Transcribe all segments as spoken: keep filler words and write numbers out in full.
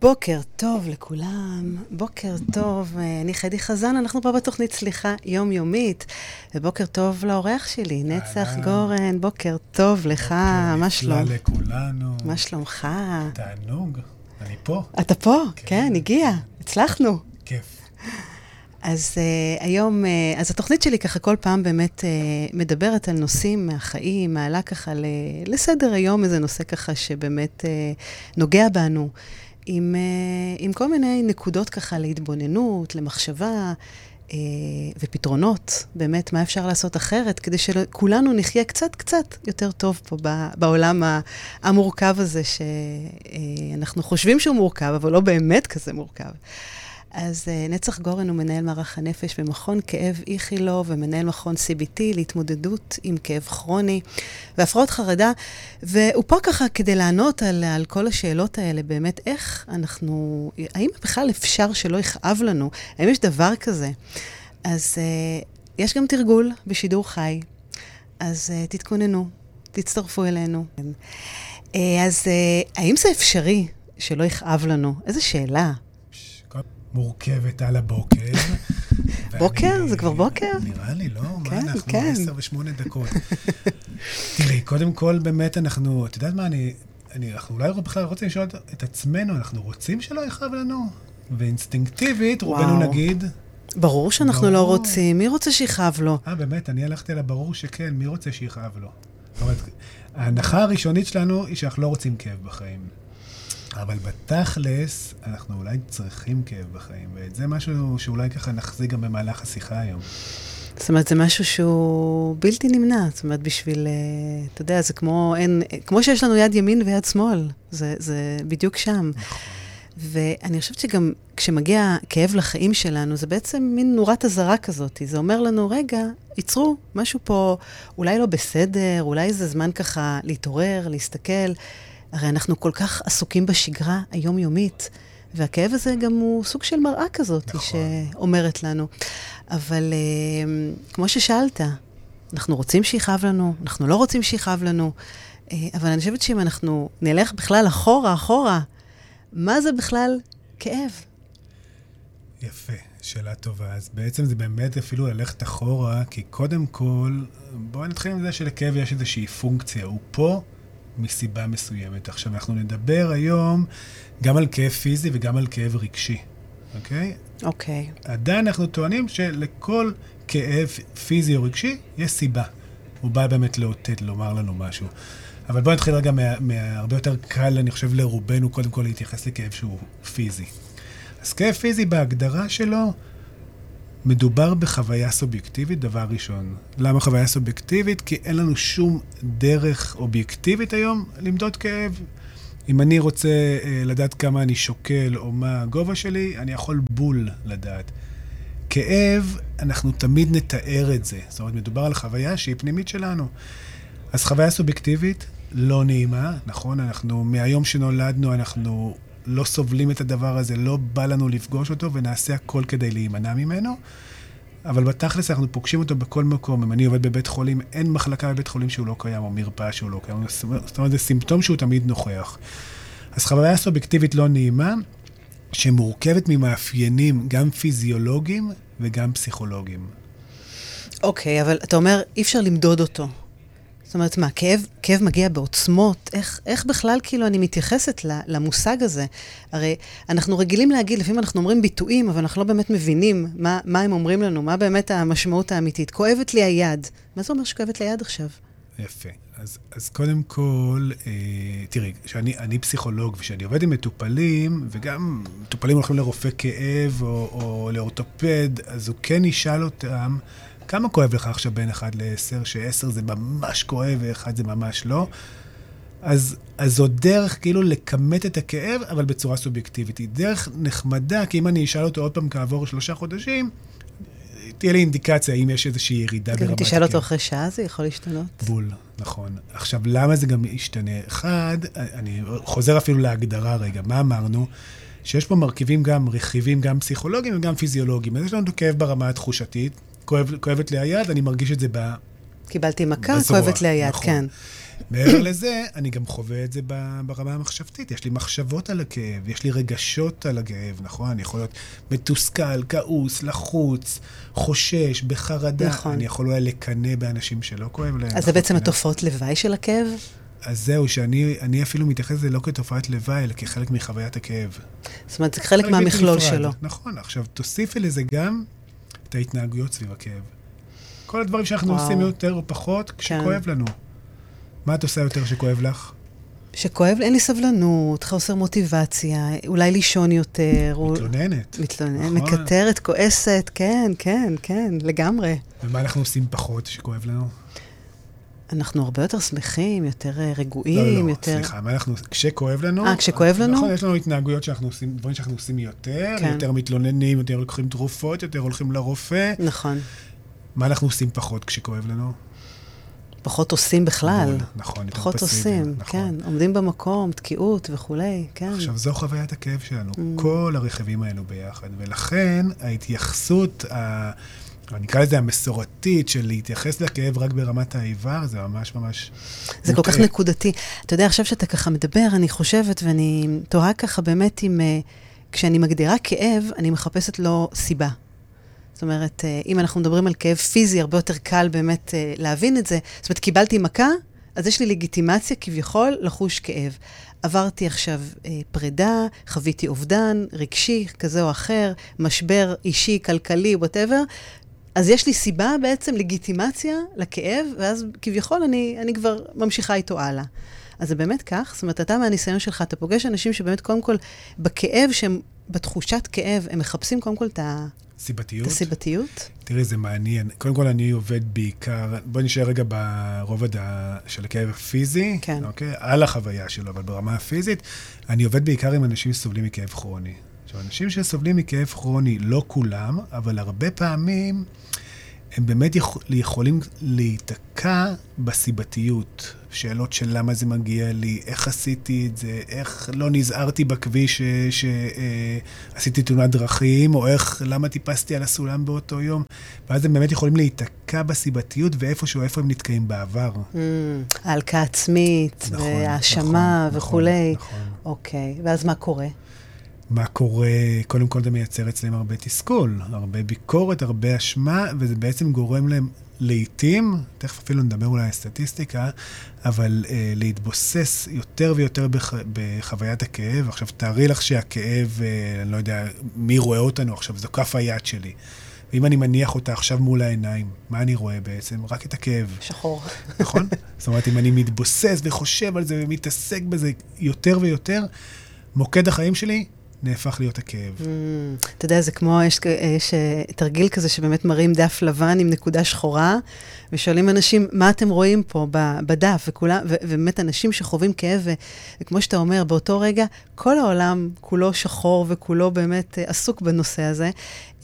בוקר טוב לכולם, בוקר טוב, אני חדי חזן, אנחנו פה בתוכנית סליחה יומיומית, ובוקר טוב לאורח שלי, נצח גורן, בוקר טוב לך, מה שלום? בוקר נפלא לכולנו. מה שלומך? תענוג, אני פה. אתה פה? כן, הגיע, הצלחנו. כיף. אז uh, היום, uh, אז התוכנית שלי ככה כל פעם באמת uh, מדברת על נושאים מהחיים, מעלה ככה ל- לסדר היום איזה נושא ככה שבאמת uh, נוגע בנו, עם, uh, עם כל מיני נקודות ככה להתבוננות, למחשבה uh, ופתרונות, באמת מה אפשר לעשות אחרת, כדי שכולנו נחיה קצת קצת יותר טוב פה ב- בעולם ה- המורכב הזה, שאנחנו uh, חושבים שהוא מורכב, אבל לא באמת כזה מורכב. אז uh, נצח גורן הוא מנהל מערך הנפש במכון כאב איכילו ומנהל מכון סי בי טי להתמודדות עם כאב כרוני והפרעות חרדה, והוא פה ככה כדי לענות על, על כל השאלות האלה, באמת איך אנחנו, האם בכלל אפשר שלא יכאב לנו? האם יש דבר כזה? אז uh, יש גם תרגול בשידור חי, אז uh, תתכוננו, תצטרפו אלינו. Uh, אז uh, האם זה אפשרי שלא יכאב לנו? איזו שאלה. מורכבת על הבוקר. בוקר? זה כבר בוקר? נראה לי, לא? מה כן, אנחנו? כן. עשר ושמונה דקות. תראי, קודם כל, באמת אנחנו, את יודעת מה, אני, אני, אנחנו אולי בכלל רוצים לשאול את עצמנו, אנחנו רוצים שלא יכאב לנו? ואינסטינקטיבית, רובנו נגיד... ברור שאנחנו לא רוצים. מי רוצה שיכאב לו? אה, באמת, אני הלכתי על הברור שכן, מי רוצה שיכאב לו? זאת אומרת, ההנחה הראשונית שלנו היא שאנחנו לא רוצים כאב בחיים. אבל בתכלס, אנחנו אולי צריכים כאב בחיים, ואת זה משהו שאולי ככה נחזיק גם במהלך השיחה היום. זאת אומרת, זה משהו שהוא בלתי נמנע. זאת אומרת, בשביל, אתה יודע, זה כמו, אין, כמו שיש לנו יד ימין ויד שמאל. זה, זה בדיוק שם. נכון. ואני חושבת שגם כשמגיע כאב לחיים שלנו, זה בעצם מין נורת הזרה כזאת. זה אומר לנו, רגע, ייצרו משהו פה, אולי לא בסדר, אולי זה זמן ככה להתעורר, להסתכל. הרי אנחנו כל כך עסוקים בשגרה היומיומית, והכאב הזה גם הוא סוג של מראה כזאת, נכון. שאומרת לנו. אבל uh, כמו ששאלת, אנחנו רוצים שיכאב לנו, אנחנו לא רוצים שיכאב לנו, uh, אבל אני חושבת שאם אנחנו נלך בכלל אחורה, אחורה, מה זה בכלל כאב? יפה, שאלה טובה. אז בעצם זה באמת אפילו ללכת אחורה, כי קודם כל, בואו נתחיל עם זה שלכאב יש איזושהי פונקציה, הוא פה, מסיבה מסוימת. עכשיו, אנחנו נדבר היום גם על כאב פיזי וגם על כאב רגשי. אוקיי? אוקיי. עדיין אנחנו טוענים שלכל כאב פיזי או רגשי יש סיבה. הוא בא באמת לאותת, לומר לנו משהו. אבל בואו נתחיל רגע מה, מה, הרבה יותר קל, אני חושב, לרובנו קודם כל להתייחס לכאב שהוא פיזי. אז כאב פיזי בהגדרה שלו, מדובר בחוויה סובייקטיבית, דבר ראשון. למה חוויה סובייקטיבית? כי אין לנו שום דרך אובייקטיבית היום למדוד כאב. אם אני רוצה אה, לדעת כמה אני שוקל או מה הגובה שלי, אני יכול בול לדעת. כאב, אנחנו תמיד נתאר את זה. זאת אומרת, מדובר על חוויה שהיא פנימית שלנו. אז חוויה סובייקטיבית, לא נעימה, נכון? אנחנו, מהיום שנולדנו, אנחנו לא סובלים את הדבר הזה, לא בא לנו לפגוש אותו, ונעשה הכל כדי להימנע ממנו. אבל בתכלס אנחנו פוגשים אותו בכל מקום. אם אני עובד בבית חולים, אין מחלקה בבית חולים שהוא לא קיים, או מרפאה שהוא לא קיים. זאת אומרת, זה סימפטום שהוא תמיד נוכח. אז חוויה סובייקטיבית לא נעימה, שמורכבת ממאפיינים גם פיזיולוגיים וגם פסיכולוגיים. אוקיי, אבל אתה אומר, אי אפשר למדוד אותו. זאת אומרת, מה, כאב, כאב מגיע בעוצמות? איך, איך בכלל כאילו אני מתייחסת למושג הזה? הרי אנחנו רגילים להגיד, לפעמים אנחנו אומרים ביטויים, אבל אנחנו לא באמת מבינים מה, מה הם אומרים לנו, מה באמת המשמעות האמיתית. כואבת לי היד. מה זה אומר שכואבת לי היד עכשיו? יפה. אז, אז קודם כל, אה, תראי, שאני, אני פסיכולוג, ושאני עובד עם מטופלים, וגם מטופלים הולכים לרופא כאב או, או לאורתופד, אז הוא כן ישאל אותם, כמה כואב לך עכשיו בין אחד לעשר, שעשר זה ממש כואב ואחד זה ממש לא? אז, אז זו דרך כאילו לקמת את הכאב, אבל בצורה סובייקטיבית. היא דרך נחמדה, כי אם אני אשאל אותו עוד פעם כעבור שלושה חודשים, תהיה לי אינדיקציה אם יש איזושהי ירידה ברמת הכאב. אם תשאל אותו אחרי שעה, זה יכול להשתנות. בול, נכון. עכשיו, למה זה גם ישתנה? אחד, אני חוזר אפילו להגדרה רגע, מה אמרנו? שיש פה מרכיבים גם, רכיבים גם פסיכולוגיים וגם פיזיולוגיים. אז יש לנו כאב ברמה התחושתית, כואב, כואבת לי היד, אני מרגיש את זה קיבלתי מכה, בזרוע, כואבת לי היד, נכון. כן. מעבר לזה, אני גם חווה את זה ברמה המחשבתית. יש לי מחשבות על הכאב, יש לי רגשות על הכאב, נכון? אני יכול להיות מתוסכל, כעוס, לחוץ, חושש, בחרדה. נכון. אני יכול אולי לקנא באנשים שלא כואב להם. אז זה בעצם התופעות לוואי של הכאב? אז זהו, שאני אני אפילו מתייחס לזה לא כתופעת לוואי, אלא כחלק מחוויית הכאב. זאת אומרת, זה חלק מהמכלול שלו. נכון, עכשיו תוסיפי לזה גם את ההתנהגויות סביב הכאב. כל הדברים שאנחנו וואו. עושים יותר או פחות כשכואב כן. לנו. מה את עושה יותר שכואב לך? שכואב, אין לי סבלנות, חוסר מוטיבציה, אולי לישון יותר. מתלוננת. מתלוננת, מקטרת, כועסת, כן, כן, כן, לגמרי. ומה אנחנו עושים פחות שכואב לנו? אנחנו הרבה יותר שמחים, יותר רגועים, לא, לא, יותר... סליחה, מה אנחנו, כשכואב לנו... אה, כשכואב לנו? נכון, יש לנו התנהגויות שאנחנו עושים, דברים שאנחנו עושים יותר, כן. יותר מתלוננים, יותר לוקחים תרופות, יותר הולכים לרופא. נכון. מה אנחנו עושים פחות כשכואב לנו? פחות עושים בכלל. נכון, יותר פחות פסיביים, עושים, נכון. כן. עומדים במקום, תקיעות וכולי, כן. עכשיו, זו חוויית הכאב שלנו, כל הרכיבים האלו ביחד, ולכן ההתייחסות, ה... אני אקרא לזה המסורתית, של להתייחס לכאב רק ברמת האיבר, זה ממש ממש... זה כל כך נקודתי. אתה יודע, עכשיו שאתה ככה מדבר, אני חושבת, ואני תוהה ככה באמת עם... כשאני מגדירה כאב, אני מחפשת לו סיבה. זאת אומרת, אם אנחנו מדברים על כאב פיזי, הרבה יותר קל באמת להבין את זה. זאת אומרת, קיבלתי מכה, אז יש לי לגיטימציה כביכול לחוש כאב. עברתי עכשיו אה, פרידה, חוויתי אובדן, רגשי, כזה או אחר, משבר אישי, כלכלי, whatever. אז יש לי סיבה בעצם, לגיטימציה לכאב, ואז כביכול אני, אני כבר ממשיכה איתו הלאה. אז זה באמת כך, זאת אומרת, אתה מהניסיון שלך, אתה פוגש אנשים שבאמת קודם כל, בכאב שהם, בתחושת כאב, הם מחפשים קודם כל את ה... סיבתיות? את הסיבתיות? תראי, זה מעניין. קודם כל, אני עובד בעיקר, בואי נשאר רגע ברובד של הכאב הפיזי, כן. אוקיי? על החוויה שלו, אבל ברמה הפיזית, אני עובד בעיקר עם אנשים שסובלים מכאב כרוני. עכשיו, אנשים שסובלים מכאב כרוני, לא כולם, אבל הרבה פעמים, הם באמת יכול, יכולים להיתקע בסיבתיות. שאלות של למה זה מגיע לי, איך עשיתי את זה, איך לא נזהרתי בכביש שעשיתי תאונת דרכים, או איך, למה טיפסתי על הסולם באותו יום. ואז הם באמת יכולים להיתקע בסיבתיות, ואיפשהו, איפה הם נתקעים בעבר. ההלקה עצמית, והאשמה וכולי. נכון. אוקיי, ואז מה קורה? מה קורה? קודם כל זה מייצר אצלם הרבה תסכול, הרבה ביקורת, הרבה אשמה, וזה בעצם גורם להם לעתים, תכף אפילו נדבר אולי על סטטיסטיקה, אבל אה, להתבוסס יותר ויותר בח, בחוויית הכאב. עכשיו, תארי לך שהכאב, אה, אני לא יודע מי רואה אותנו עכשיו, זו כף היד שלי. ואם אני מניח אותה עכשיו מול העיניים, מה אני רואה בעצם? רק את הכאב. שחור. נכון? זאת אומרת, אם אני מתבוסס וחושב על זה ומתעסק בזה יותר ויותר, מוקד החיים שלי נהפך להיות הכאב. Mm, אתה יודע, זה כמו, יש, יש תרגיל כזה שבאמת מראים דף לבן עם נקודה שחורה, ושואלים אנשים, מה אתם רואים פה בדף? וכולה, ו, ובאמת אנשים שחווים כאב, ו, וכמו שאתה אומר, באותו רגע, כל העולם כולו שחור, וכולו באמת עסוק בנושא הזה,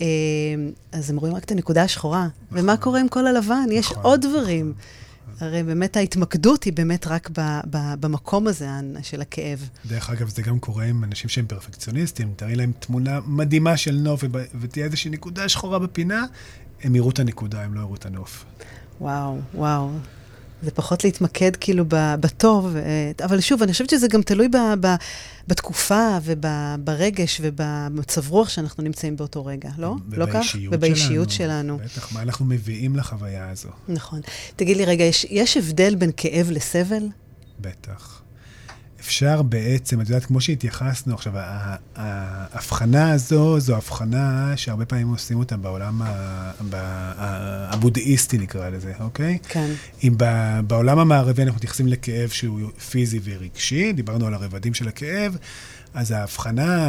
אז הם רואים רק את הנקודה השחורה. נכון. ומה קורה עם כל הלבן? נכון, יש עוד דברים. נכון. הרי באמת ההתמקדות היא באמת רק ב- ב- במקום הזה של הכאב. דרך אגב, זה גם קורה עם אנשים שהם פרפקציוניסטים, תראי להם תמונה מדהימה של נוף, ותהיה איזושהי נקודה שחורה בפינה, הם יראו את הנקודה, הם לא יראו את הנוף. וואו, וואו. זה פחות להתמקד כאילו בטוב, אבל שוב, אני חושבת שזה גם תלוי ב- ב- בתקופה וברגש ובמצב רוח שאנחנו נמצאים באותו רגע, לא? לא כך? ובאישיות שלנו. בטח, מה אנחנו מביאים לחוויה הזו. נכון. תגיד לי רגע, יש, יש הבדל בין כאב לסבל? בטח. אפשר בעצם, את יודעת, כמו שהתייחסנו עכשיו, ההבחנה הזו, זו הבחנה שהרבה פעמים עושים אותה בעולם הבודהיסטי, נקרא לזה, אוקיי? כן. אם בעולם המערבי אנחנו מתייחסים לכאב שהוא פיזי ורגשי, דיברנו על הרבדים של הכאב, אז ההבחנה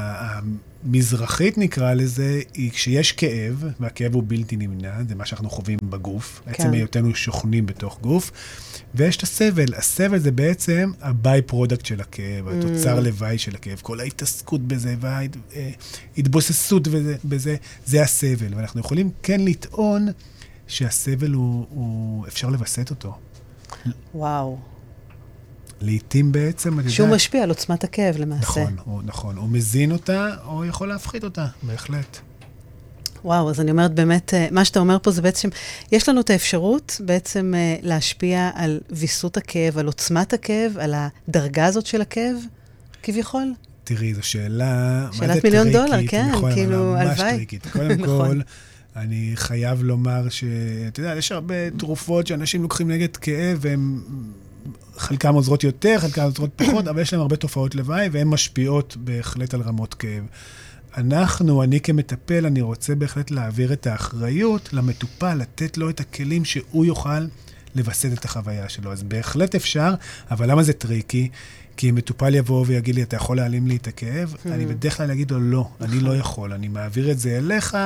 המזרחית, נקרא לזה, היא כשיש כאב, והכאב הוא בלתי נמנע, זה מה שאנחנו חווים בגוף, כן. בעצם היותנו שוכנים בתוך גוף, ויש את הסבל. הסבל זה בעצם הביי פרודקט של הכאב, mm. התוצר לוואי של הכאב, כל ההתעסקות בזה, וההתבוססות בזה, זה הסבל. ואנחנו יכולים כן לטעון שהסבל הוא, הוא אפשר לבסט אותו. וואו. לעתים בעצם, את שהוא יודעת, משפיע על עוצמת הכאב למעשה. נכון, הוא, נכון. הוא מזין אותה, או יכול להפחית אותה, בהחלט. וואו, אז אני אומרת באמת, מה שאתה אומר פה זה בעצם, יש לנו את האפשרות בעצם להשפיע על ויסות הכאב, על עוצמת הכאב, על הדרגה הזאת של הכאב, כביכול. תראי, זו שאלה, שאלת מיליון דולר, כן, כאילו, ממש טריקית. קודם כל, אני חייב לומר שאתה יודע, יש הרבה תרופות שאנשים לוקחים נגד כאב, והם חלקם עוזרות יותר, חלקם עוזרות פחות, אבל יש להם הרבה תופעות לוואי, והן משפיעות בהחלט על רמות כאב. אנחנו, אני כמטפל, אני רוצה בהחלט להעביר את האחריות למטופל, לתת לו את הכלים שהוא יוכל לבסד את החוויה שלו. אז בהחלט אפשר, אבל למה זה טריקי? כי מטופל יבוא ויגיד לי, אתה יכול להעלים לי את הכאב? אני בדרך כלל אגיד לו, לא, אני לא יכול, אני מעביר את זה אליך,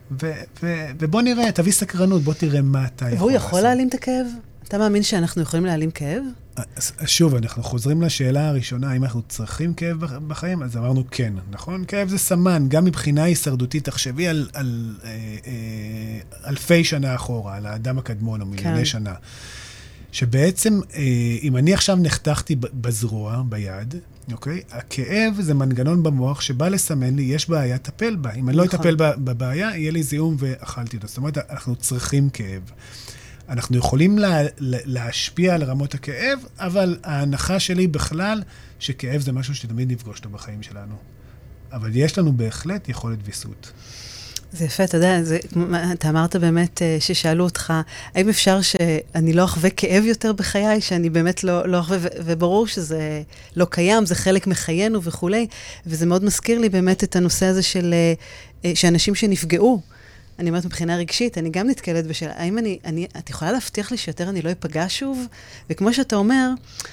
ובוא נראה, תביא סקרנות, בוא תראה מה אתה יכול לעשות. והוא יכול להעלים את הכאב? אתה מאמין שאנחנו יכולים להעלים כאב? שוב, אנחנו חוזרים לשאלה הראשונה, האם אנחנו צריכים כאב בחיים? אז אמרנו כן, נכון? כאב זה סמן, גם מבחינה הישרדותית, תחשבי על, על אה, אה, אלפי שנה אחורה, על האדם הקדמון, או מיליוני כן. שנה, שבעצם, אה, אם אני עכשיו נחתכתי בזרוע, ביד, אוקיי? הכאב זה מנגנון במוח שבא לסמן לי, יש בעיה, טפל בה. אם אני לא אטפל בבעיה, יהיה לי זיהום ואכלתי אותו. זאת אומרת, אנחנו צריכים כאב. אנחנו יכולים לה, להשפיע על רמות הכאב, אבל ההנחה שלי בכלל, שכאב זה משהו שתמיד נפגוש אותו בחיים שלנו. אבל יש לנו בהחלט יכולת ויסות. זה יפה, אתה יודע, זה, אתה אמרת באמת ששאלו אותך, האם אפשר שאני לא אחווה כאב יותר בחיי, שאני באמת לא, לא אחווה, וברור שזה לא קיים, זה חלק מחיינו וכולי, וזה מאוד מזכיר לי באמת את הנושא הזה של, שאנשים שנפגעו, אני אומרת מבחינה רגשית, אני גם נתקלת בשאלה, האם אני, אני, את יכולה להבטיח לי שיותר אני לא אפגע שוב? וכמו שאתה אומר,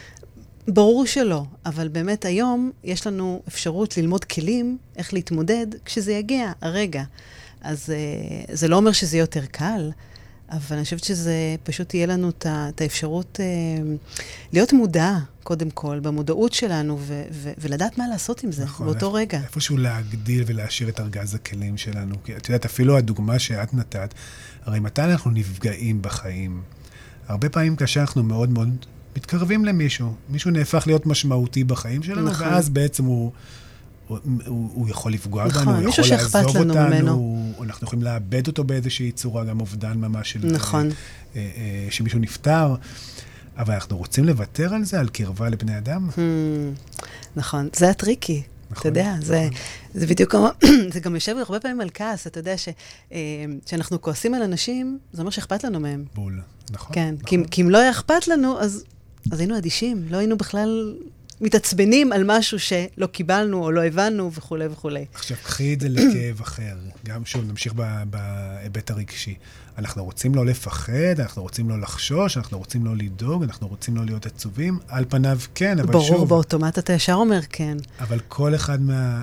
ברור שלא, אבל באמת היום יש לנו אפשרות ללמוד כלים, איך להתמודד, כשזה יגיע, הרגע. אז זה לא אומר שזה יותר קל, אבל אני חושבת שזה פשוט תהיה לנו את האפשרות להיות מודע, קודם כל, במודעות שלנו, ו- ו- ולדעת מה לעשות עם זה, נכון, באותו רגע. איפשהו להגדיל ולהשאיר את ארגז הכלים שלנו. כי את יודעת, אפילו הדוגמה שאת נתת, הרי מתי אנחנו נפגעים בחיים? הרבה פעמים כאשר אנחנו מאוד מאוד מתקרבים למישהו, מישהו נהפך להיות משמעותי בחיים שלנו, נכון. ואז בעצם הוא... הוא, הוא, הוא יכול לפגוע נכון, בנו, הוא יכול לעזוב אותנו, ממנו. אנחנו יכולים לאבד אותו באיזושהי צורה, גם אובדן ממש של... נכון. אה, אה, שמישהו נפטר, אבל אנחנו רוצים לוותר על זה, על קרבה לבני אדם? Hmm, נכון, זה הטריקי, נכון, אתה יודע, נכון. זה, זה בדיוק כמו, זה גם יושב הרבה פעמים על כעס, אתה יודע ש, אה, שאנחנו כועסים על אנשים, זה אומר שאכפת לנו מהם. בול, נכון. כן, נכון. כי, כי אם לא היה אכפת לנו, אז, אז היינו אדישים, לא היינו בכלל... מתעצבנים על משהו שלא קיבלנו או לא הבנו וכו' וכו'. עכשיו, קחי את זה לכאב אחר. גם שוב, נמשיך בהיבט הרגשי. אנחנו רוצים לא לפחד, אנחנו רוצים לא לחשוש, אנחנו רוצים לא לדאוג, אנחנו רוצים לא להיות עצובים. על פניו כן, אבל ברור, שוב... ברור, באוטומט אתה ישר אומר כן. אבל כל אחד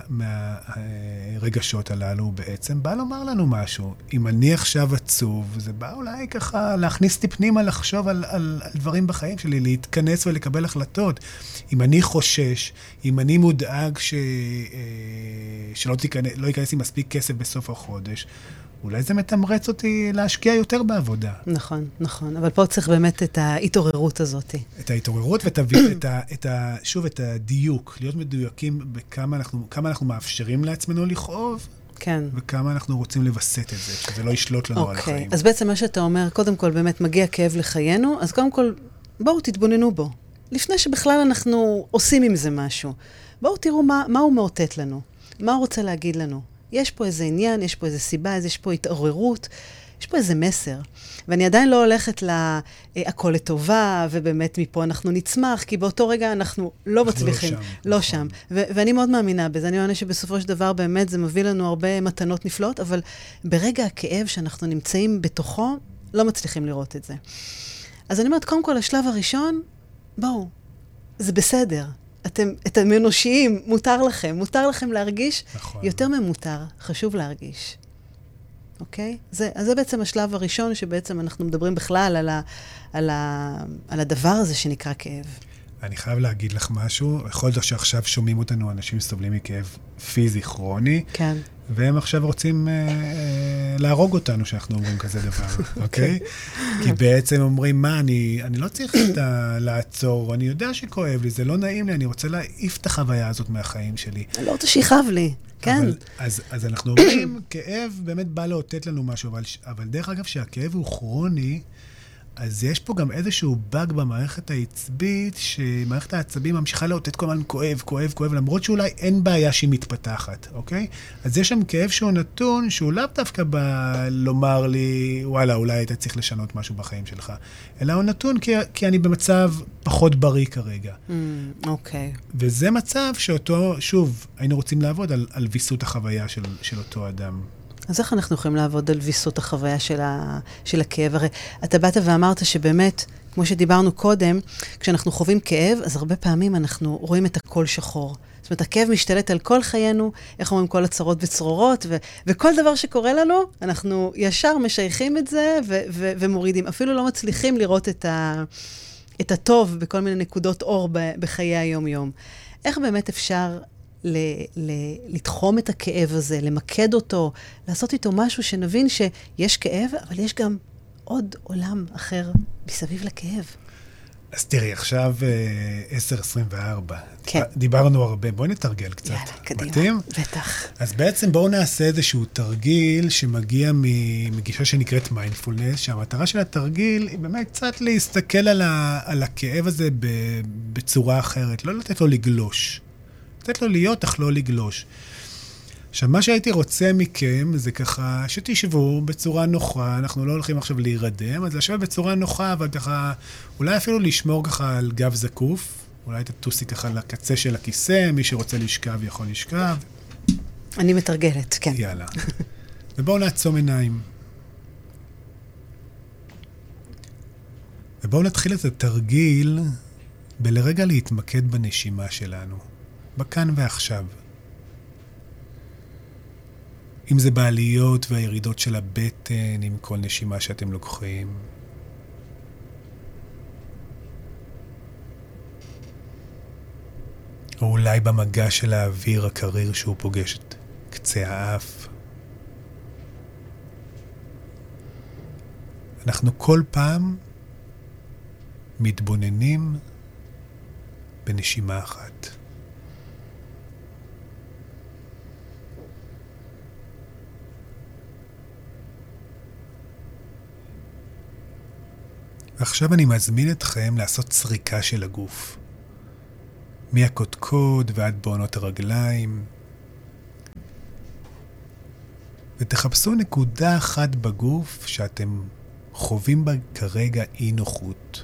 מהרגשות מה, הללו בעצם בא לומר לנו משהו. אם אני עכשיו עצוב, זה בא אולי ככה להכניס אותי פנימה, לחשוב על, על, על דברים בחיים שלי, להתכנס ולקבל החלטות. אם אני חושש, אם אני מודאג ש... שלא תיכנס, לא ייכנס לי מספיק כסף בסוף החודש, אולי זה מתמרץ אותי להשקיע יותר בעבודה. נכון, נכון. אבל פה צריך באמת את ההתעוררות הזאת. את ההתעוררות ותביא את ה, את ה, שוב, את הדיוק, להיות מדויקים בכמה אנחנו, כמה אנחנו מאפשרים לעצמנו לכאוב, כן. וכמה אנחנו רוצים לבסט את זה, שזה לא ישלוט לנו על החיים. אוקיי, אז בעצם מה שאתה אומר, קודם כל באמת מגיע כאב לחיינו, אז קודם כל, בואו תתבוננו בו. לפני שבכלל אנחנו עושים עם זה משהו. בואו תראו מה, מה הוא מאותת לנו. מה הוא רוצה להגיד לנו. יש פה איזה עניין, יש פה איזה סיבה, יש פה התעוררות, יש פה איזה מסר. ואני עדיין לא הולכת להכל לטובה, ובאמת מפה אנחנו נצמח, כי באותו רגע אנחנו לא מצליחים. לא שם. לא שם. ו- ואני מאוד מאמינה בזה. אני מאמינה שבסופו של דבר באמת זה מביא לנו הרבה מתנות נפלאות, אבל ברגע הכאב שאנחנו נמצאים בתוכו, לא מצליחים לראות את זה. אז אני אומרת, קודם כל, השלב הראשון, בואו, זה בסדר. אתם, אתם אנושיים, מותר לכם. מותר לכם להרגיש, נכון. יותר ממותר, חשוב להרגיש. אוקיי? זה, אז זה בעצם השלב הראשון שבעצם אנחנו מדברים בכלל על, ה, על, ה, על הדבר הזה שנקרא כאב. אני חייב להגיד לך משהו, יכול להיות שעכשיו שומעים אותנו אנשים סובלים מכאב פיזי כרוני, כן. והם עכשיו רוצים אה, אה, להרוג אותנו שאנחנו אומרים כזה דבר, אוקיי? כי בעצם אומרים, מה, אני, אני לא צריך את ה- לעצור, אני יודע שכואב לי, זה לא נעים לי, אני רוצה להעיף את החוויה הזאת מהחיים שלי. אני לא רוצה שיכאב לי. כן. אבל, אז, אז אנחנו אומרים, כאב באמת בא לאותת לנו משהו, אבל, אבל דרך אגב שהכאב הוא כרוני, אז יש פה גם איזשהו באג במערכת העצבית, שמערכת העצבים ממשיכה לאותת כל הזמן כואב, כואב, כואב, למרות שאולי אין בעיה שהיא מתפתחת, אוקיי? אז יש שם כאב שהוא נתון, שהוא לאו דווקא בא לומר לי, וואלה, אולי היית צריך לשנות משהו בחיים שלך, אלא הוא נתון כי, כי אני במצב פחות בריא כרגע. אוקיי. Mm, okay. וזה מצב שאותו, שוב, היינו רוצים לעבוד על, על ויסות החוויה של, של אותו אדם. אז איך אנחנו יכולים לעבוד על ויסות החוויה של, ה, של הכאב? הרי אתה באת ואמרת שבאמת, כמו שדיברנו קודם, כשאנחנו חווים כאב, אז הרבה פעמים אנחנו רואים את הכל שחור. זאת אומרת, הכאב משתלט על כל חיינו, איך אומרים, כל הצרות וצרורות, ו- וכל דבר שקורה לנו, אנחנו ישר משייכים את זה ו- ו- ומורידים. אפילו לא מצליחים לראות את, ה- את הטוב בכל מיני נקודות אור ב- בחיי היום-יום. איך באמת אפשר ל- ל- לתחום את הכאב הזה, למקד אותו, לעשות איתו משהו שנבין שיש כאב, אבל יש גם עוד עולם אחר מסביב לכאב. אז תראי, עכשיו עשר עשרים וארבע. כן. דיברנו הרבה, בואי נתרגל קצת. יאללה, קדימה. מתאים? בטח. אז בעצם בואו נעשה איזשהו תרגיל שמגיע מגישה שנקראת מיינדפולנס, שהמטרה של התרגיל היא באמת קצת להסתכל על, ה, על הכאב הזה בצורה אחרת, לא לתת לו לגלוש. לתת לו להיות, אך לא לגלוש. עכשיו, מה שהייתי רוצה מכם זה ככה שתשבו בצורה נוחה, אנחנו לא הולכים עכשיו להירדם, אז לשבת בצורה נוחה, אבל ככה, אולי אפילו לשמור ככה על גב זקוף, אולי תטוסי ככה לקצה של הכיסא, מי שרוצה לשכב יכול לשכב. אני מתרגלת, כן. יאללה. ובואו נעצום עיניים. ובואו נתחיל את התרגיל בלרגע להתמקד בנשימה שלנו, בכאן ועכשיו. אם זה בעליות והירידות של הבטן, עם כל נשימה שאתם לוקחים. או אולי במגע של האוויר הקריר שהוא פוגש את קצה האף. אנחנו כל פעם מתבוננים בנשימה אחת. עכשיו אני מזמין אתכם לעשות סריקה של הגוף. מהקודקוד ועד בעונות הרגליים. ותחפשו נקודה אחת בגוף שאתם חווים בה כרגע אי נוחות.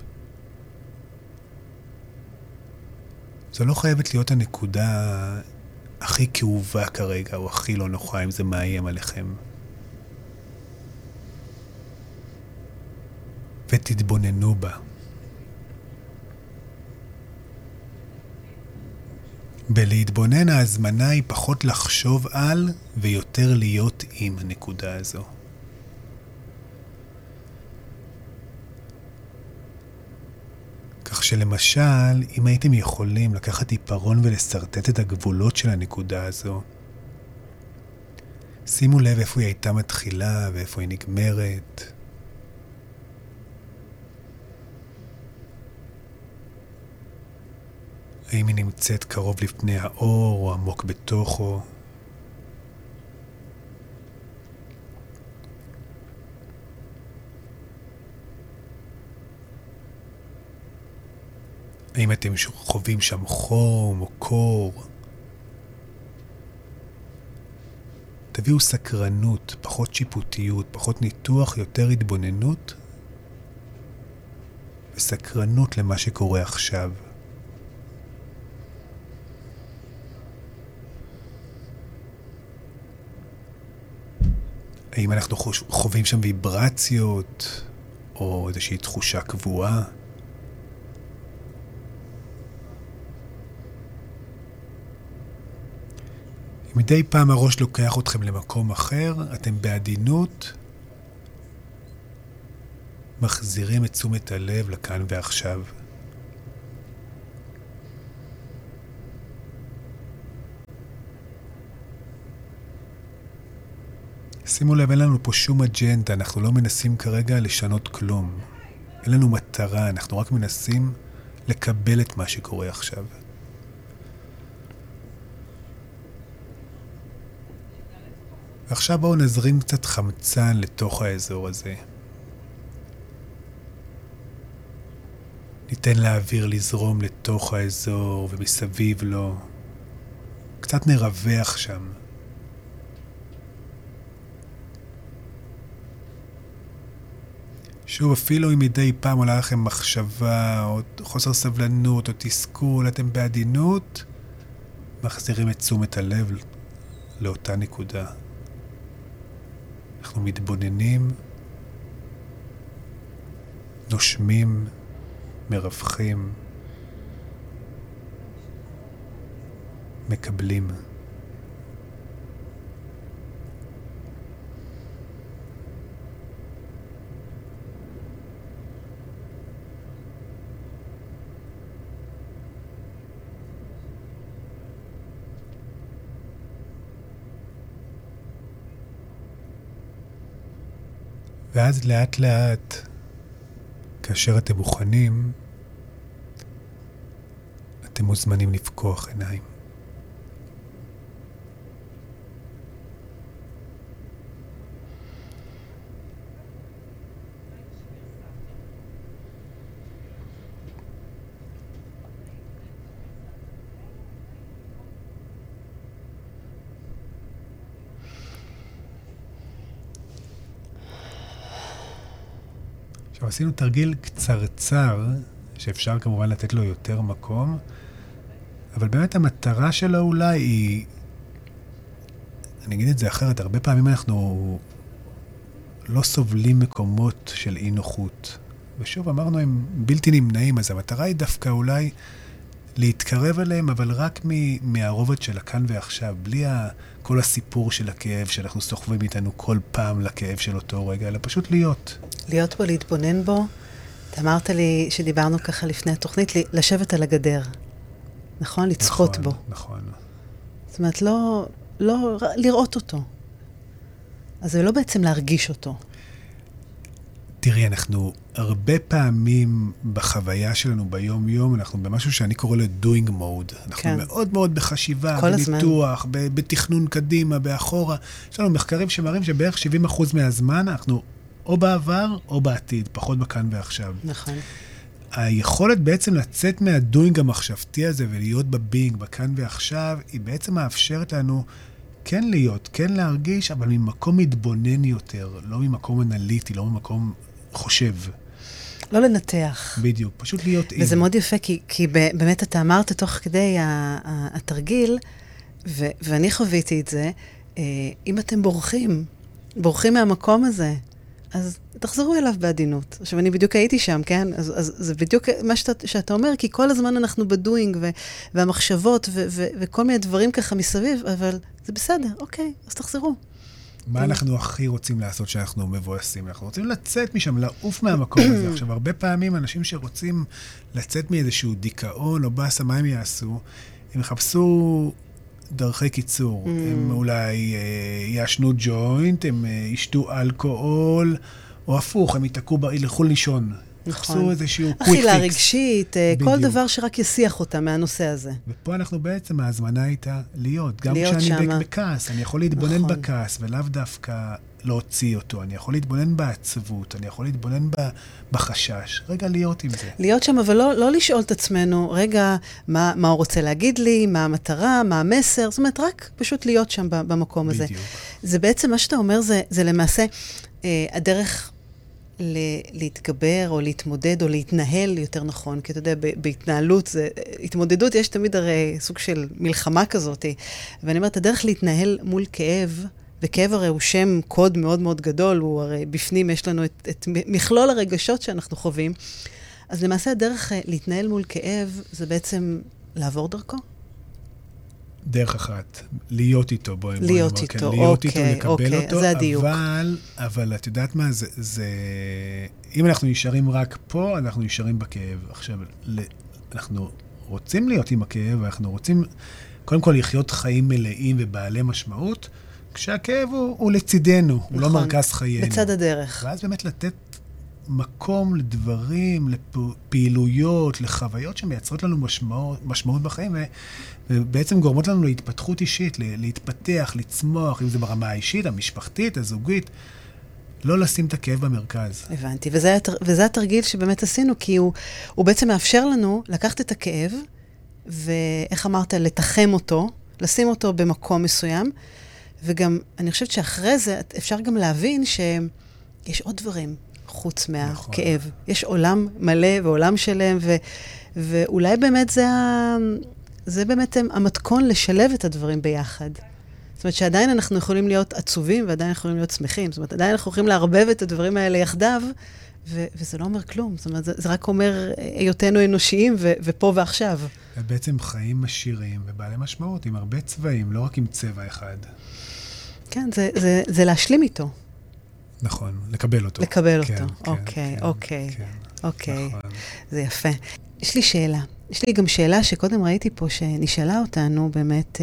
זו לא חייבת להיות הנקודה הכי כאובה כרגע או הכי לא נוחה אם זה מאיים עליכם. ותתבוננו בה. בלהתבונן ההזמנה היא פחות לחשוב על ויותר להיות עם הנקודה הזו. כך שלמשל, אם הייתם יכולים לקחת עיפרון ולסרטט את הגבולות של הנקודה הזו, שימו לב איפה היא הייתה מתחילה ואיפה היא נגמרת. האם היא נמצאת קרוב לפני האור או עמוק בתוכו? האם אתם חווים שם חום או קור? תביאו סקרנות, פחות שיפוטיות, פחות ניתוח, יותר התבוננות וסקרנות למה שקורה עכשיו. האם אנחנו חווים שם ויברציות או איזושהי תחושה קבועה? אם מדי פעם הראש לוקח אתכם למקום אחר, אתם בעדינות מחזירים את תשומת הלב לכאן ועכשיו. שימו לב, אין לנו פה שום אג'נדה, אנחנו לא מנסים כרגע לשנות כלום. אין לנו מטרה, אנחנו רק מנסים לקבל את מה שקורה עכשיו. ועכשיו בואו נזרים קצת חמצן לתוך האזור הזה. ניתן לאוויר לזרום לתוך האזור ומסביב לו. קצת נרווח שם. שוב, אפילו אם מדי פעם עולה לכם מחשבה, או חוסר סבלנות, או תסכול, אתם בעדינות, מחזירים את תשומת הלב לאותה נקודה. אנחנו מתבוננים, נושמים, מרווחים, מקבלים. ואז לאט לאט, כאשר אתם מוכנים, אתם מוזמנים לפקוח עיניים. עכשיו עשינו תרגיל קצרצר, שאפשר כמובן לתת לו יותר מקום, אבל באמת המטרה שלו אולי היא, אני אגיד את זה אחרת, הרבה פעמים אנחנו לא סובלים מקומות של אי נוחות. ושוב אמרנו הם בלתי נמנעים, אז המטרה היא דווקא אולי להתקרב אליהם, אבל רק מהרובד של הכאן ועכשיו, בלי כל הסיפור של הכאב שאנחנו סוחבים איתנו כל פעם לכאב של אותו רגע, אלא פשוט להיות. להיות בו, להתבונן בו. אתה אמרת לי שדיברנו ככה לפני התוכנית, לשבת על הגדר. נכון? לצחות נכון, בו. נכון. זאת אומרת, לא, לא לראות אותו. אז זה לא בעצם להרגיש אותו. תראי, אנחנו הרבה פעמים בחוויה שלנו ביום-יום, אנחנו במשהו שאני קורא לו doing mode. אנחנו כן. מאוד מאוד בחשיבה, בניתוח, ב- בתכנון קדימה, באחורה. יש לנו מחקרים שמראים שבערך שבעים אחוז מהזמן אנחנו או בעבר או בעתיד, פחות בכאן ועכשיו. נכון. היכולת בעצם לצאת מהדוינג המחשבתי הזה ולהיות בבינג, בכאן ועכשיו, היא בעצם מאפשרת לנו כן להיות, כן להרגיש, אבל ממקום מתבונן יותר, לא ממקום אנליטי, לא ממקום חושב. לא לנתח. בדיוק, פשוט להיות וזה עם. וזה מאוד יפה, כי, כי באמת אתה אמרת תוך כדי התרגיל, ו, ואני חוויתי את זה, אם אתם בורחים, בורחים מהמקום הזה, אז תחזרו אליו בעדינות. עכשיו, אני בדיוק הייתי שם, כן? אז, אז זה בדיוק מה שאתה, שאתה אומר, כי כל הזמן אנחנו בדוינג, ו, והמחשבות, ו, ו, וכל מיני דברים ככה מסביב, אבל זה בסדר, אוקיי, אז תחזרו. מה אנחנו הכי רוצים לעשות שאנחנו מבואסים? אנחנו רוצים לצאת משם, לעוף מהמקום הזה. עכשיו, הרבה פעמים אנשים שרוצים לצאת מאיזשהו דיכאון או באסה, מה הם יעשו? הם יחפשו דרכי קיצור. הם אולי ישנו ג'וינט, הם ישתו אלכוהול, או הפוך, הם יתעקו, ילכו לישון. יחפשו איזשהו קוויק פיקס. אכילה רגשית, כל דבר שרק יסיח אותה מהנושא הזה. ופה אנחנו בעצם, ההזמנה הייתה להיות. גם כשאני בכעס, אני יכול להתבונן בכעס, ולאו דווקא להוציא אותו. אני יכול להתבונן בעצבות, אני יכול להתבונן בחשש. רגע, להיות עם זה. להיות שם, אבל לא, לא לשאול את עצמנו, רגע, מה, מה הוא רוצה להגיד לי, מה המטרה, מה המסר. זאת אומרת, רק פשוט להיות שם במקום הזה. בדיוק. זה בעצם מה שאתה אומר, זה, זה למעשה אה, הדרך להתגבר או להתמודד או להתנהל יותר נכון, כי אתה יודע, בהתנהלות, זה, התמודדות יש תמיד הרי סוג של מלחמה כזאת, ואני אומרת, הדרך להתנהל מול כאב, וכאב הרי הוא שם קוד מאוד מאוד גדול, הוא הרי בפנים יש לנו את, את מכלול הרגשות שאנחנו חווים, אז למעשה הדרך להתנהל מול כאב, זה בעצם לעבור דרכו. דרך אחת, להיות איתו, בואי, להיות בואי, איתו, כן, להיות אוקיי, איתו, לקבל אוקיי, אותו, זה הדיוק. אבל, אבל את יודעת מה, זה, זה, אם אנחנו נשארים רק פה, אנחנו נשארים בכאב. עכשיו, אנחנו רוצים להיות עם הכאב, אנחנו רוצים, קודם כל, לחיות חיים מלאים ובעלי משמעות, כשהכאב הוא, הוא לצידנו, נכון, הוא לא מרכז חיינו. בצד הדרך. ואז באמת לתת מקום לדברים, לפעילויות, לחוויות שמייצרות לנו משמעות, משמעות בחיים, ובעצם גורמות לנו להתפתחות אישית, להתפתח, לצמוח, אם זה ברמה האישית, המשפחתית, הזוגית, לא לשים את הכאב במרכז. הבנתי, וזה, וזה התרגיל שבאמת עשינו, כי הוא, הוא בעצם מאפשר לנו לקחת את הכאב, ואיך אמרת, לתחם אותו, לשים אותו במקום מסוים, וגם, אני חושבת שאחרי זה, אפשר גם להבין שיש עוד דברים חוץ מהכאב. נכון. יש עולם מלא ועולם שלם, ו, ואולי באמת זה, ה, זה באמת המתכון לשלב את הדברים ביחד. זאת אומרת שעדיין אנחנו יכולים להיות עצובים, ועדיין אנחנו יכולים להיות שמחים. זאת אומרת, עדיין אנחנו יכולים לערבב את הדברים האלה יחדיו, ו- וזה לא אומר כלום. זאת אומרת, זה, זה רק אומר היותנו אנושיים ו- ופה ועכשיו. בעצם חיים עשירים ובעלי משמעות, עם הרבה צבעים, לא רק עם צבע אחד. כן, זה, זה, זה להשלים איתו. נכון, לקבל אותו. לקבל כן, אותו, כן, אוקיי, כן, אוקיי, כן, אוקיי. נכון. זה יפה. יש לי שאלה. יש לי גם שאלה שקודם ראיתי פה, שנשאלה אותנו באמת,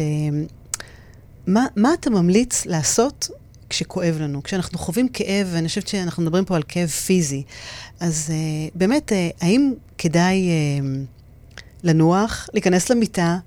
מה, מה אתה ממליץ לעשות כשכואב לנו? כשאנחנו חווים כאב, ואני חושבת שאנחנו מדברים פה על כאב פיזי, אז uh, באמת, uh, האם כדאי uh, לנוח, להיכנס למיטה,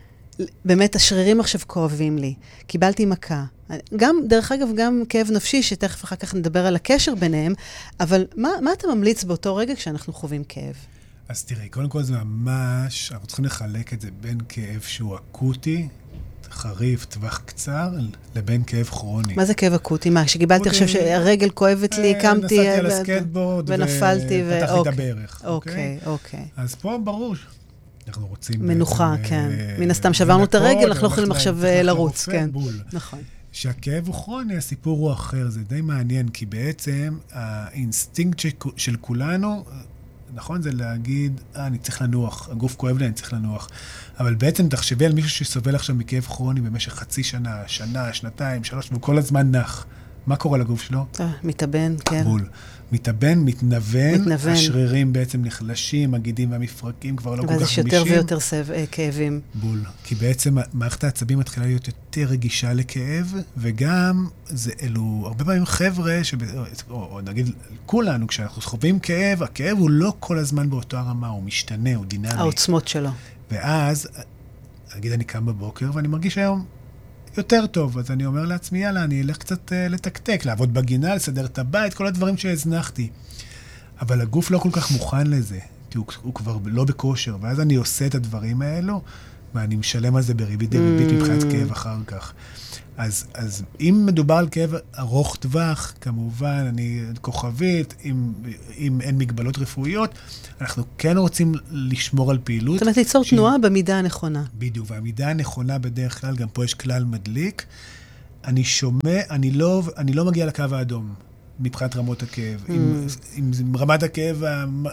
באמת השרירים עכשיו כואבים לי, קיבלתי מכה. גם, דרך אגב, גם כאב נפשי, שתכף אחר כך נדבר על הקשר ביניהם, אבל מה, מה אתה ממליץ באותו רגע כשאנחנו חווים כאב? אז תראי, קודם כל זה ממש, אנחנו צריכים לחלק את זה בין כאב שהוא אקוטי, חריף, טווח קצר, לבין כאב כרוני. מה זה כאב אקוטי? מה, שקיבלתי עכשיו שהרגל כואבת לי, קמתי... נסעתי על הסקטבורד ונפלתי, ופתחתי את הברך. אוקיי, אוקיי. אז פה ברור, אנחנו רוצים... מנוחה, כן. מן הסתם שברנו את הרגל, אנחנו לא יכולים עכשיו לרוץ, כן. נכון. שהכאב הוא כרוני, הסיפור הוא אחר, זה די מעניין, כי בעצם האינסטינקט של כולנו... נכון, זה להגיד, אה, אני צריך לנוח, הגוף כואב לי, אני צריך לנוח. אבל בעצם תחשבי על מישהו שסובל עכשיו מכאב כרוני במשך חצי שנה, שנה, שנתיים, שלוש, והוא כל הזמן נח. מה קורה לגוף שלו? מתאבן, כן. בול. מתאבן, מתנוון, מתנוון. השרירים בעצם נחלשים, הגידים והמפרקים כבר לא כל כך גמישים. ואז יש יותר ויותר סב, כאבים. בול. כי בעצם מערכת העצבים מתחילה להיות יותר רגישה לכאב, וגם זה אלו, הרבה פעמים חבר'ה, שב, או, או נגיד כולנו, כשאנחנו חווים כאב, הכאב הוא לא כל הזמן באותו הרמה, הוא משתנה, הוא דינמי. העוצמות שלו. ואז, נגיד אני קם בבוקר, ואני מרגיש היום יותר טוב, אז אני אומר לעצמי, יאללה, אני אלך קצת uh, לתקתק, לעבוד בגינה, לסדר את הבית, כל הדברים שהזנחתי. אבל הגוף לא כל כך מוכן לזה, כי הוא, הוא כבר לא בכושר, ואז אני עושה את הדברים האלו, ואני משלם על זה בריבית דריבית mm. מבחינת כאב אחר כך. אז, אז אם מדובר על כאב ארוך טווח, כמובן, אני כוכבית, אם, אם אין מגבלות רפואיות, אנחנו כן רוצים לשמור על פעילות. זאת אומרת, ליצור שהיא... תנועה במידה הנכונה. בדיוק, והמידה הנכונה בדרך כלל, גם פה יש כלל מדליק. אני שומע, אני לא, אני לא מגיע לקו האדום, מבחינת רמות הכאב. Mm. אם, אם רמת הכאב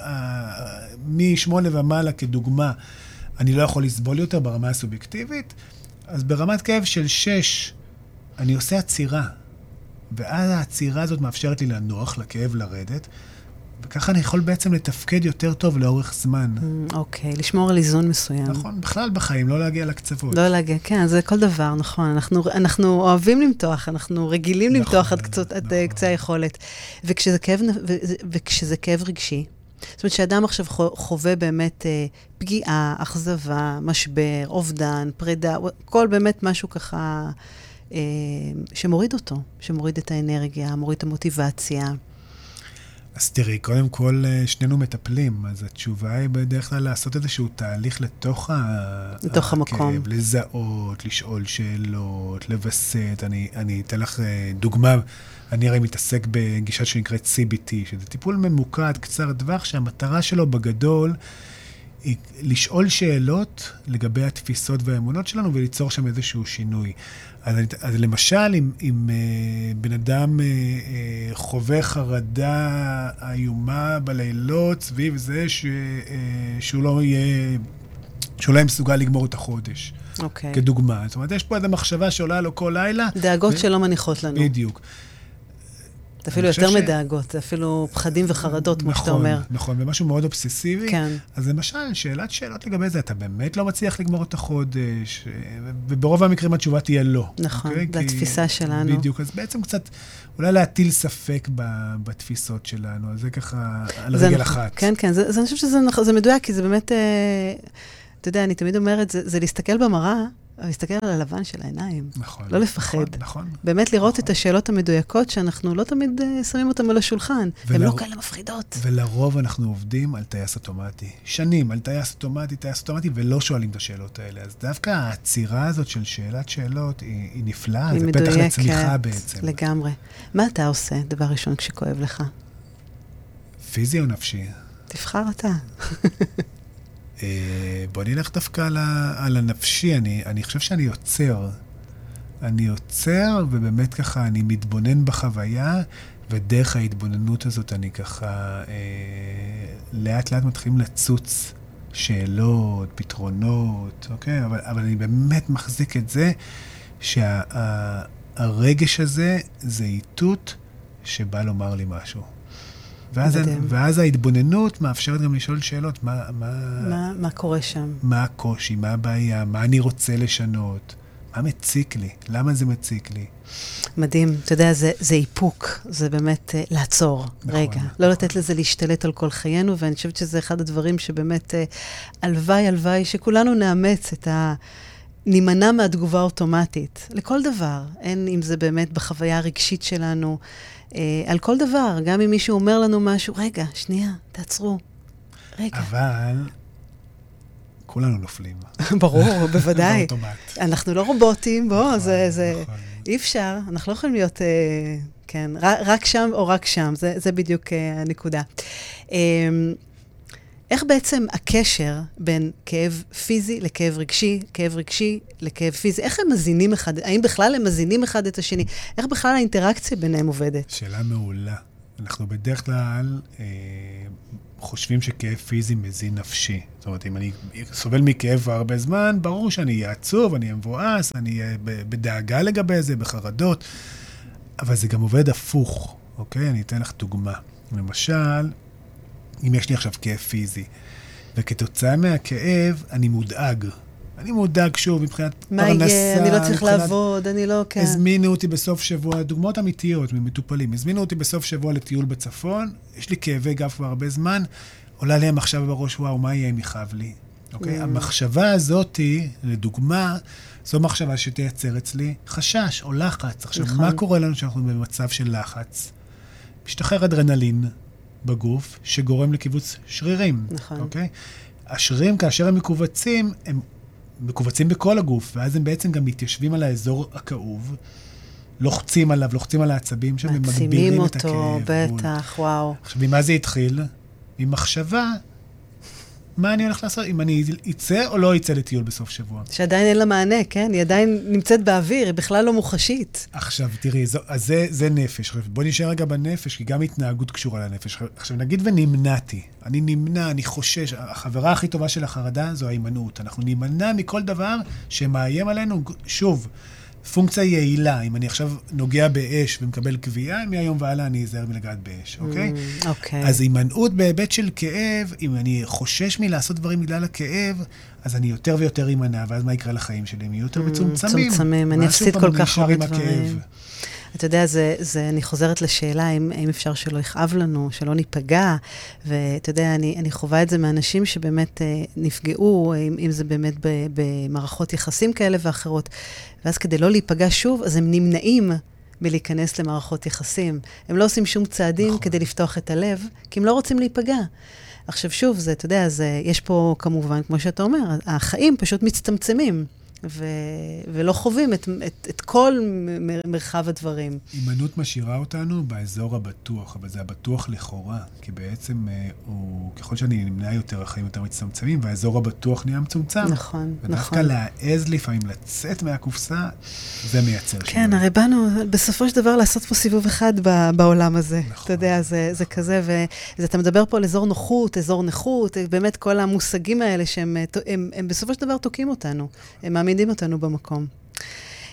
משמונה ומעלה כדוגמה, אני לא יכול לסבול יותר ברמה הסובייקטיבית, אז ברמת כאב של שש, אני עושה עצירה, ואז העצירה הזאת מאפשרת לי לנוח, לכאב לרדת, וככה אני יכול בעצם לתפקד יותר טוב לאורך זמן. אוקיי, לשמור על איזון מסוים. נכון, בכלל בחיים, לא להגיע לקצוות. לא להגיע, כן, זה כל דבר, נכון. אנחנו, אנחנו אוהבים למתוח, אנחנו רגילים למתוח עד קצה היכולת. וכשזה כאב, וכשזה כאב רגשי, זאת אומרת שאדם עכשיו חווה באמת פגיעה, אכזבה, משבר, אובדן, פרידה, כל באמת משהו ככה שמוריד אותו, שמוריד את האנרגיה, מוריד את המוטיבציה. אז תראי, קודם כל שנינו מטפלים, אז התשובה היא בדרך כלל לעשות איזשהו תהליך לתוך, לתוך המקום. הכאב, לזהות, לשאול שאלות, לבסט. אני, אני אתן לך דוגמה, אני הרי מתעסק בגישה שנקראת סי בי טי, שזה טיפול ממוקד, קצר טווח, שהמטרה שלו בגדול היא לשאול שאלות לגבי התפיסות והאמונות שלנו וליצור שם איזשהו שינוי. אז, אז למשל, אם, אם uh, בן אדם uh, uh, חווה חרדה איומה בלילות סביב זה ש, uh, שהוא לא יהיה, שהוא לא יהיה מסוגל לגמור את החודש. אוקיי. כדוגמה. זאת אומרת, יש פה איזו מחשבה שעולה לו כל לילה. דאגות ו... שלא מניחות לנו. בדיוק. זה אפילו יותר מדאגות, זה אפילו פחדים וחרדות, כמו שאתה אומר. נכון, ומשהו מאוד אובססיבי. כן. אז למשל, שאלת שאלות לגבי זה, אתה באמת לא מצליח לגמור את החודש, וברוב המקרים התשובה תהיה לא. נכון, זה התפיסה שלנו. בדיוק, אז בעצם קצת, אולי להטיל ספק בתפיסות שלנו, אז זה ככה על רגל אחת. כן, כן, אני חושבת שזה מדויק, כי זה באמת, אתה יודע, אני תמיד אומרת, זה להסתכל במראה, להסתכל על הלבן של העיניים. נכון. לא לפחד. נכון, נכון. באמת לראות את השאלות המדויקות שאנחנו לא תמיד שמים אותן על השולחן. הן לא כאלה מפחידות. ולרוב אנחנו עובדים על טייס אוטומטי. שנים, על טייס אוטומטי, טייס אוטומטי, ולא שואלים את השאלות האלה. אז דווקא העצירה הזאת של שאלת שאלות היא, היא נפלאה. זה פתח לצמיחה בעצם. לגמרי. מה אתה עושה, דבר ראשון, כשכואב לך? פיזי או נפשי? תבחר אתה. בוא נלך דווקא על, ה, על הנפשי, אני, אני חושב שאני יוצר. אני יוצר, ובאמת ככה אני מתבונן בחוויה, ודרך ההתבוננות הזאת אני ככה אה, לאט לאט מתחילים לצוץ שאלות, פתרונות, אוקיי? אבל, אבל אני באמת מחזיק את זה, שהרגש הזה זה איתות שבא לומר לי משהו. ואז, ואז ההתבוננות מאפשרת גם לשאול שאלות, מה, מה, מה, מה קורה שם? מה הקושי, מה הבעיה, מה אני רוצה לשנות, מה מציק לי, למה זה מציק לי. מדהים, אתה יודע, זה, זה איפוק, זה באמת uh, לעצור, נכון, רגע, נכון. לא לתת לזה להשתלט על כל חיינו, ואני חושבת שזה אחד הדברים שבאמת, uh, הלוואי, הלוואי, שכולנו נאמץ את ה... נימנע מהתגובה האוטומטית, לכל דבר, אין אם זה באמת בחוויה הרגשית שלנו, אה, על כל דבר, גם אם מישהו אומר לנו משהו, רגע, שנייה, תעצרו, רגע. אבל כולנו נופלים. ברור, בוודאי. באוטומט. אנחנו לא רובוטים, בוא, נכון, זה, זה, נכון. אי אפשר, אנחנו לא יכולים להיות, אה, כן, רק שם או רק שם, זה, זה בדיוק אה, הנקודה. אה, איך בעצם הקשר בין כאב פיזי לכאב רגשי, כאב רגשי לכאב פיזי, איך הם מזינים אחד, האם בכלל הם מזינים אחד את השני? איך בכלל האינטראקציה ביניהם עובדת? שאלה מעולה. אנחנו בדרך כלל אה, חושבים שכאב פיזי מזין נפשי. זאת אומרת, אם אני סובל מכאב הרבה זמן, ברור שאני אהיה עצוב, אני אהיה מבואס, אני אהיה בדאגה לגבי זה, בחרדות, אבל זה גם עובד הפוך, אוקיי? אני אתן לך דוגמה. למשל, אם יש לי עכשיו כאב פיזי, וכתוצאה מהכאב אני מודאג. אני מודאג שוב מבחינת פרנסה. מה יהיה? אני לא צריך לעבוד, אני לא... כן. הזמינו אותי בסוף שבוע, דוגמאות אמיתיות ממטופלים, הזמינו אותי בסוף שבוע לטיול בצפון, יש לי כאבי גב כבר הרבה זמן, עולה לי המחשבה בראש, וואו, מה יהיה אם יכאב לי? אוקיי? המחשבה הזאת, לדוגמה, זו מחשבה שתייצר אצלי חשש או לחץ. עכשיו, מה קורה לנו שאנחנו במצב של לחץ? משתחרר אדרנלין בגוף, שגורם לקיבוץ שרירים. נכון. אוקיי? השרירים, כאשר הם מקובצים, הם מקובצים בכל הגוף, ואז הם בעצם גם מתיישבים על האזור הכאוב, לוחצים עליו, לוחצים על העצבים שם, ומגבירים את הכאב. מעצימים אותו, בטח, וואו. עכשיו, ממה זה התחיל? ממחשבה, מה אני הולך לעשות? אם אני אצא או לא אצא לטיול בסוף שבוע? שעדיין אין לה מענה, כן? היא עדיין נמצאת באוויר, היא בכלל לא מוחשית. עכשיו, תראי, זו, אז זה, זה נפש. בוא נשאר רגע בנפש, כי גם התנהגות קשורה לנפש. עכשיו, נגיד ונמנעתי. אני נמנע, אני חושש. החברה הכי טובה של החרדה זו ההימנעות. אנחנו נמנע מכל דבר שמאיים עלינו. שוב, פונקציה יעילה. אם אני עכשיו נוגע באש ומקבל קביעה, מהיום והלאה אני אזהר מלגעת באש, אוקיי? Mm, אוקיי. אז הימנעות בהיבט של כאב, אם אני חושש מלעשות דברים בגלל הכאב, אז אני יותר ויותר יימנע, ואז מה יקרה לחיים שלי? הם יהיו יותר מצומצמים. מצומצמים, אני אפסיד כל כך הרבה דברים. אתה יודע, זה, זה, אני חוזרת לשאלה, האם, האם אפשר שלא יכאב לנו, שלא ניפגע, ואתה יודע, אני, אני חווה את זה מאנשים שבאמת אה, נפגעו, אם, אם זה באמת ב, במערכות יחסים כאלה ואחרות, ואז כדי לא להיפגע שוב, אז הם נמנעים מלהיכנס למערכות יחסים. הם לא עושים שום צעדים נכון. כדי לפתוח את הלב, כי הם לא רוצים להיפגע. עכשיו שוב, זה, אתה יודע, זה, יש פה כמובן, כמו שאתה אומר, החיים פשוט מצטמצמים. ו... ולא חווים את, את, את כל מ- מרחב הדברים. הימנעות משאירה אותנו באזור הבטוח, אבל זה הבטוח לכאורה, כי בעצם הוא, ככל שאני נמנע יותר, החיים יותר מצטמצמים, והאזור הבטוח נהיה מצומצם. נכון, ודווקא נכון. להעז לפעמים לצאת מהקופסה, זה מייצר שינוי. כן, הרי באנו בסופו של דבר לעשות פה סיבוב אחד ב- בעולם הזה. נכון. אתה יודע, זה, זה כזה, ואתה מדבר פה על אזור נוחות, אזור נכות, באמת כל המושגים האלה שהם הם, הם בסופו של דבר תוקעים אותנו. הם מעמידים אותנו במקום.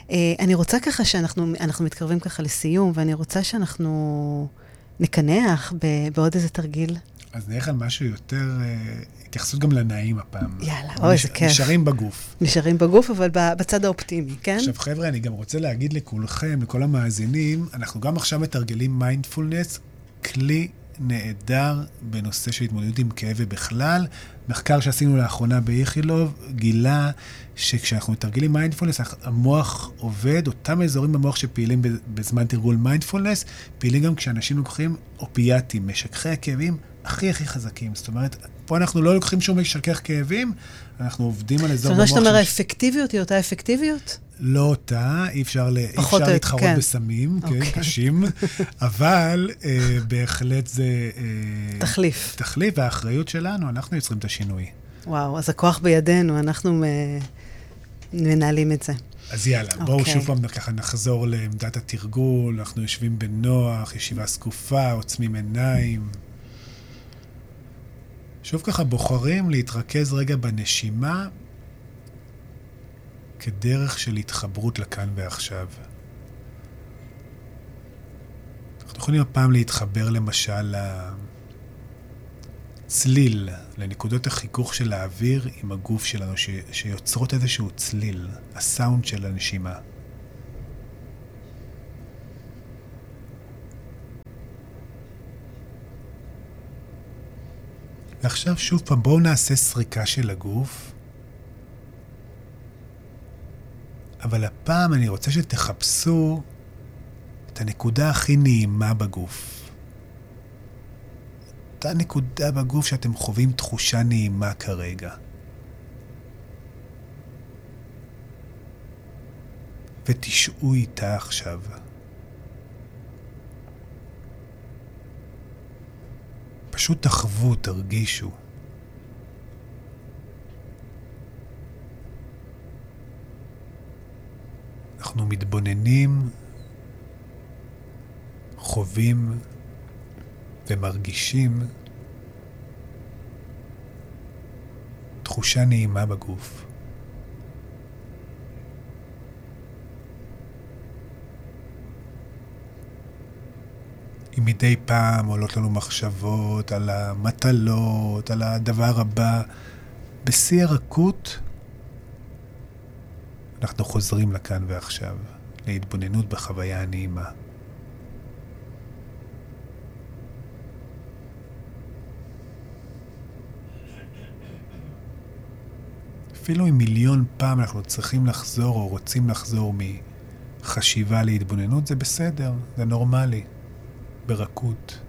אני רוצה ככה שאנחנו אנחנו מתקרבים ככה לסיום, ואני רוצה שאנחנו נקנח בעוד איזה תרגיל. אז נלך על משהו יותר, התייחסות גם לנעים הפעם. יאללה, אוי, איזה כיף. נשארים בגוף. נשארים בגוף, אבל בצד האופטימי, כן? עכשיו, חבר'ה, אני גם רוצה להגיד לכולכם, לכל המאזינים, אנחנו גם עכשיו מתרגלים מיינדפולנס, כלי נהדר בנושא של התמודדות עם כאב ובכלל. מחקר שעשינו לאחרונה באיכילוב גילה שכשאנחנו מתרגלים מיינדפולנס, המוח עובד, אותם אזורים במוח שפעילים בזמן תרגול מיינדפולנס, פעילים גם כשאנשים לוקחים אופיאטים, משככי הכאבים הכי הכי חזקים. זאת אומרת, פה אנחנו לא לוקחים שום משכך כאבים, אנחנו עובדים על אזור במוח. זאת אומרת, שאתה אומר, האפקטיביות היא אותה אפקטיביות? לא אותה, אי אפשר, ל... אי אפשר להתחרות כן. בסמים, okay. כן, קשים, אבל אה, בהחלט זה... אה, תחליף. תחליף, והאחריות שלנו, אנחנו יוצרים את השינוי. וואו, אז הכוח בידינו, אנחנו מנהלים את זה. אז יאללה, okay. בואו שוב פעם ככה נחזור לעמדת התרגול, אנחנו יושבים בנוח, ישיבה סקופה, עוצמים עיניים. שוב ככה בוחרים להתרכז רגע בנשימה, כדרך של התחברות לכאן ועכשיו. אנחנו יכולים הפעם להתחבר למשל לצליל, לנקודות החיכוך של האוויר עם הגוף שלנו, ש... שיוצרות איזשהו צליל, הסאונד של הנשימה. ועכשיו שוב פעם בואו נעשה סריקה של הגוף, אבל הפעם אני רוצה שתחפשו את הנקודה הכי נעימה בגוף. אותה נקודה בגוף שאתם חווים תחושה נעימה כרגע. ותשעו איתה עכשיו. פשוט תחוו, תרגישו. אנחנו מתבוננים, חווים ומרגישים תחושה נעימה בגוף. אם מדי פעם עולות לנו מחשבות על המטלות, על הדבר הבא, בשיא הרכות, אנחנו חוזרים לכאן ועכשיו, להתבוננות בחוויה הנעימה. אפילו אם מיליון פעם אנחנו צריכים לחזור או רוצים לחזור מחשיבה להתבוננות, זה בסדר, זה נורמלי, ברכות.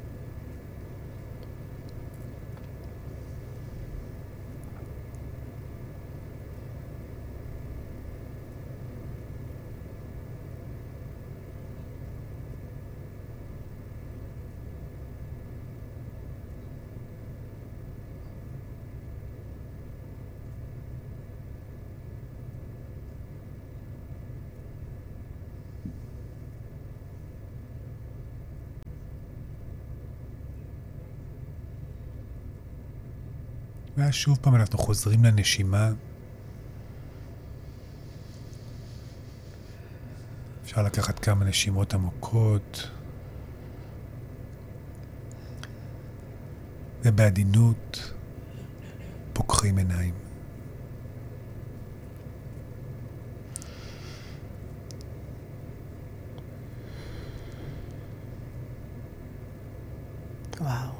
ואז שוב פעם אנחנו חוזרים לנשימה. אפשר לקחת כמה נשימות עמוקות. ובעדינות פוקחים עיניים. וואו.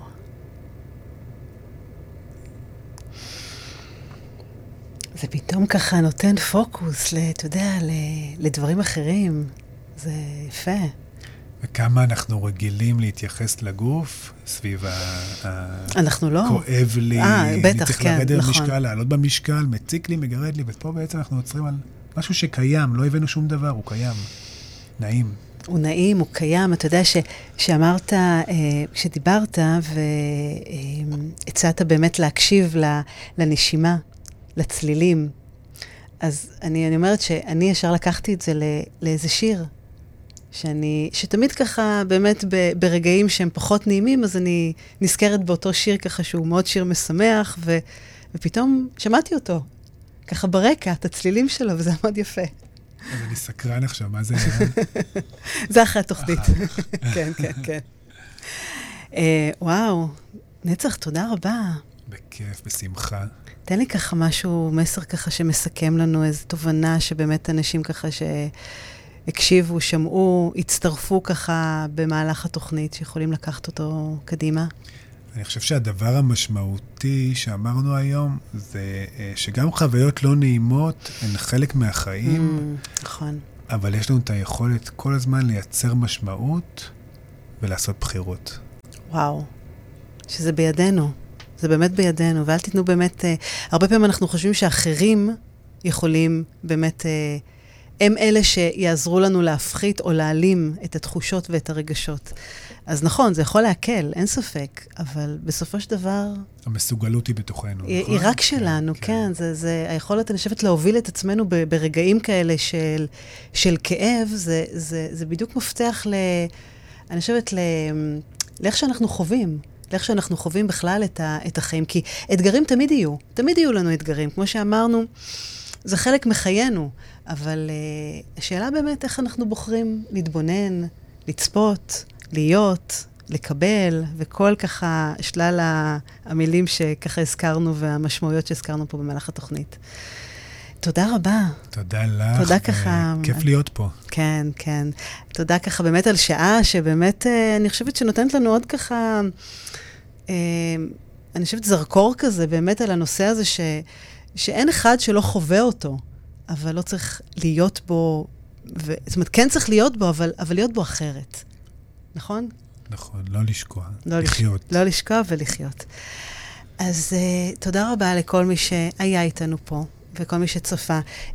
זה פתאום ככה נותן פוקוס, אתה יודע, לדברים אחרים. זה יפה. וכמה אנחנו רגילים להתייחס לגוף סביב ה... אנחנו לא. כואב לי, אה, בטח, כן, צריך לרדת נכון. במשקל, לעלות במשקל, מציק לי, מגרד לי, ופה בעצם אנחנו יוצרים על משהו שקיים, לא הבאנו שום דבר, הוא קיים. נעים. הוא נעים, הוא קיים. אתה יודע ש, שאמרת, כשדיברת והצעת באמת להקשיב לנשימה, לצלילים, אז אני, אני אומרת שאני ישר לקחתי את זה לא, לאיזה שיר, שאני, שתמיד ככה באמת ב, ברגעים שהם פחות נעימים, אז אני נזכרת באותו שיר ככה שהוא מאוד שיר משמח, ו, ופתאום שמעתי אותו, ככה ברקע, את הצלילים שלו, וזה מאוד יפה. אז אני סקרן עכשיו, מה זה היה? זה אחרי התוכנית. כן, כן, כן. וואו, נצח, תודה רבה. בכיף, בשמחה. תן לי ככה משהו, מסר ככה שמסכם לנו, איזו תובנה שבאמת אנשים ככה שהקשיבו, שמעו, הצטרפו ככה במהלך התוכנית, שיכולים לקחת אותו קדימה. אני חושב שהדבר המשמעותי שאמרנו היום, זה שגם חוויות לא נעימות הן חלק מהחיים. נכון. אבל יש לנו את היכולת כל הזמן לייצר משמעות ולעשות בחירות. וואו, שזה בידינו. זה באמת בידינו, ואל תיתנו באמת, אה, הרבה פעמים אנחנו חושבים שאחרים יכולים באמת, אה, הם אלה שיעזרו לנו להפחית או להעלים את התחושות ואת הרגשות. אז נכון, זה יכול להקל, אין ספק, אבל בסופו של דבר... המסוגלות היא בתוכנו, היא, נכון? היא רק שלנו, כן. כן זה, זה, היכולת, אני חושבת, להוביל את עצמנו ב, ברגעים כאלה של, של כאב, זה, זה, זה בדיוק מפתח ל... אני חושבת, ל, לאיך שאנחנו חווים. לאיך שאנחנו חווים בכלל את, ה, את החיים, כי אתגרים תמיד יהיו, תמיד יהיו לנו אתגרים, כמו שאמרנו, זה חלק מחיינו, אבל uh, השאלה באמת איך אנחנו בוחרים להתבונן, לצפות, להיות, לקבל, וכל ככה שלל המילים שככה הזכרנו, והמשמעויות שהזכרנו פה במהלך התוכנית. תודה רבה. תודה לך. תודה ככה. כיף להיות פה. כן, כן. תודה ככה באמת על שעה, שבאמת אני חושבת שנותנת לנו עוד ככה, אני חושבת זרקור כזה, באמת על הנושא הזה, ש, שאין אחד שלא חווה אותו, אבל לא צריך להיות בו, ו, זאת אומרת, כן צריך להיות בו, אבל, אבל להיות בו אחרת. נכון? נכון, לא לשקוע, לא לחיות. לש, לא לשקוע ולחיות. אז uh, תודה רבה לכל מי שהיה איתנו פה, וכל מי שצפה.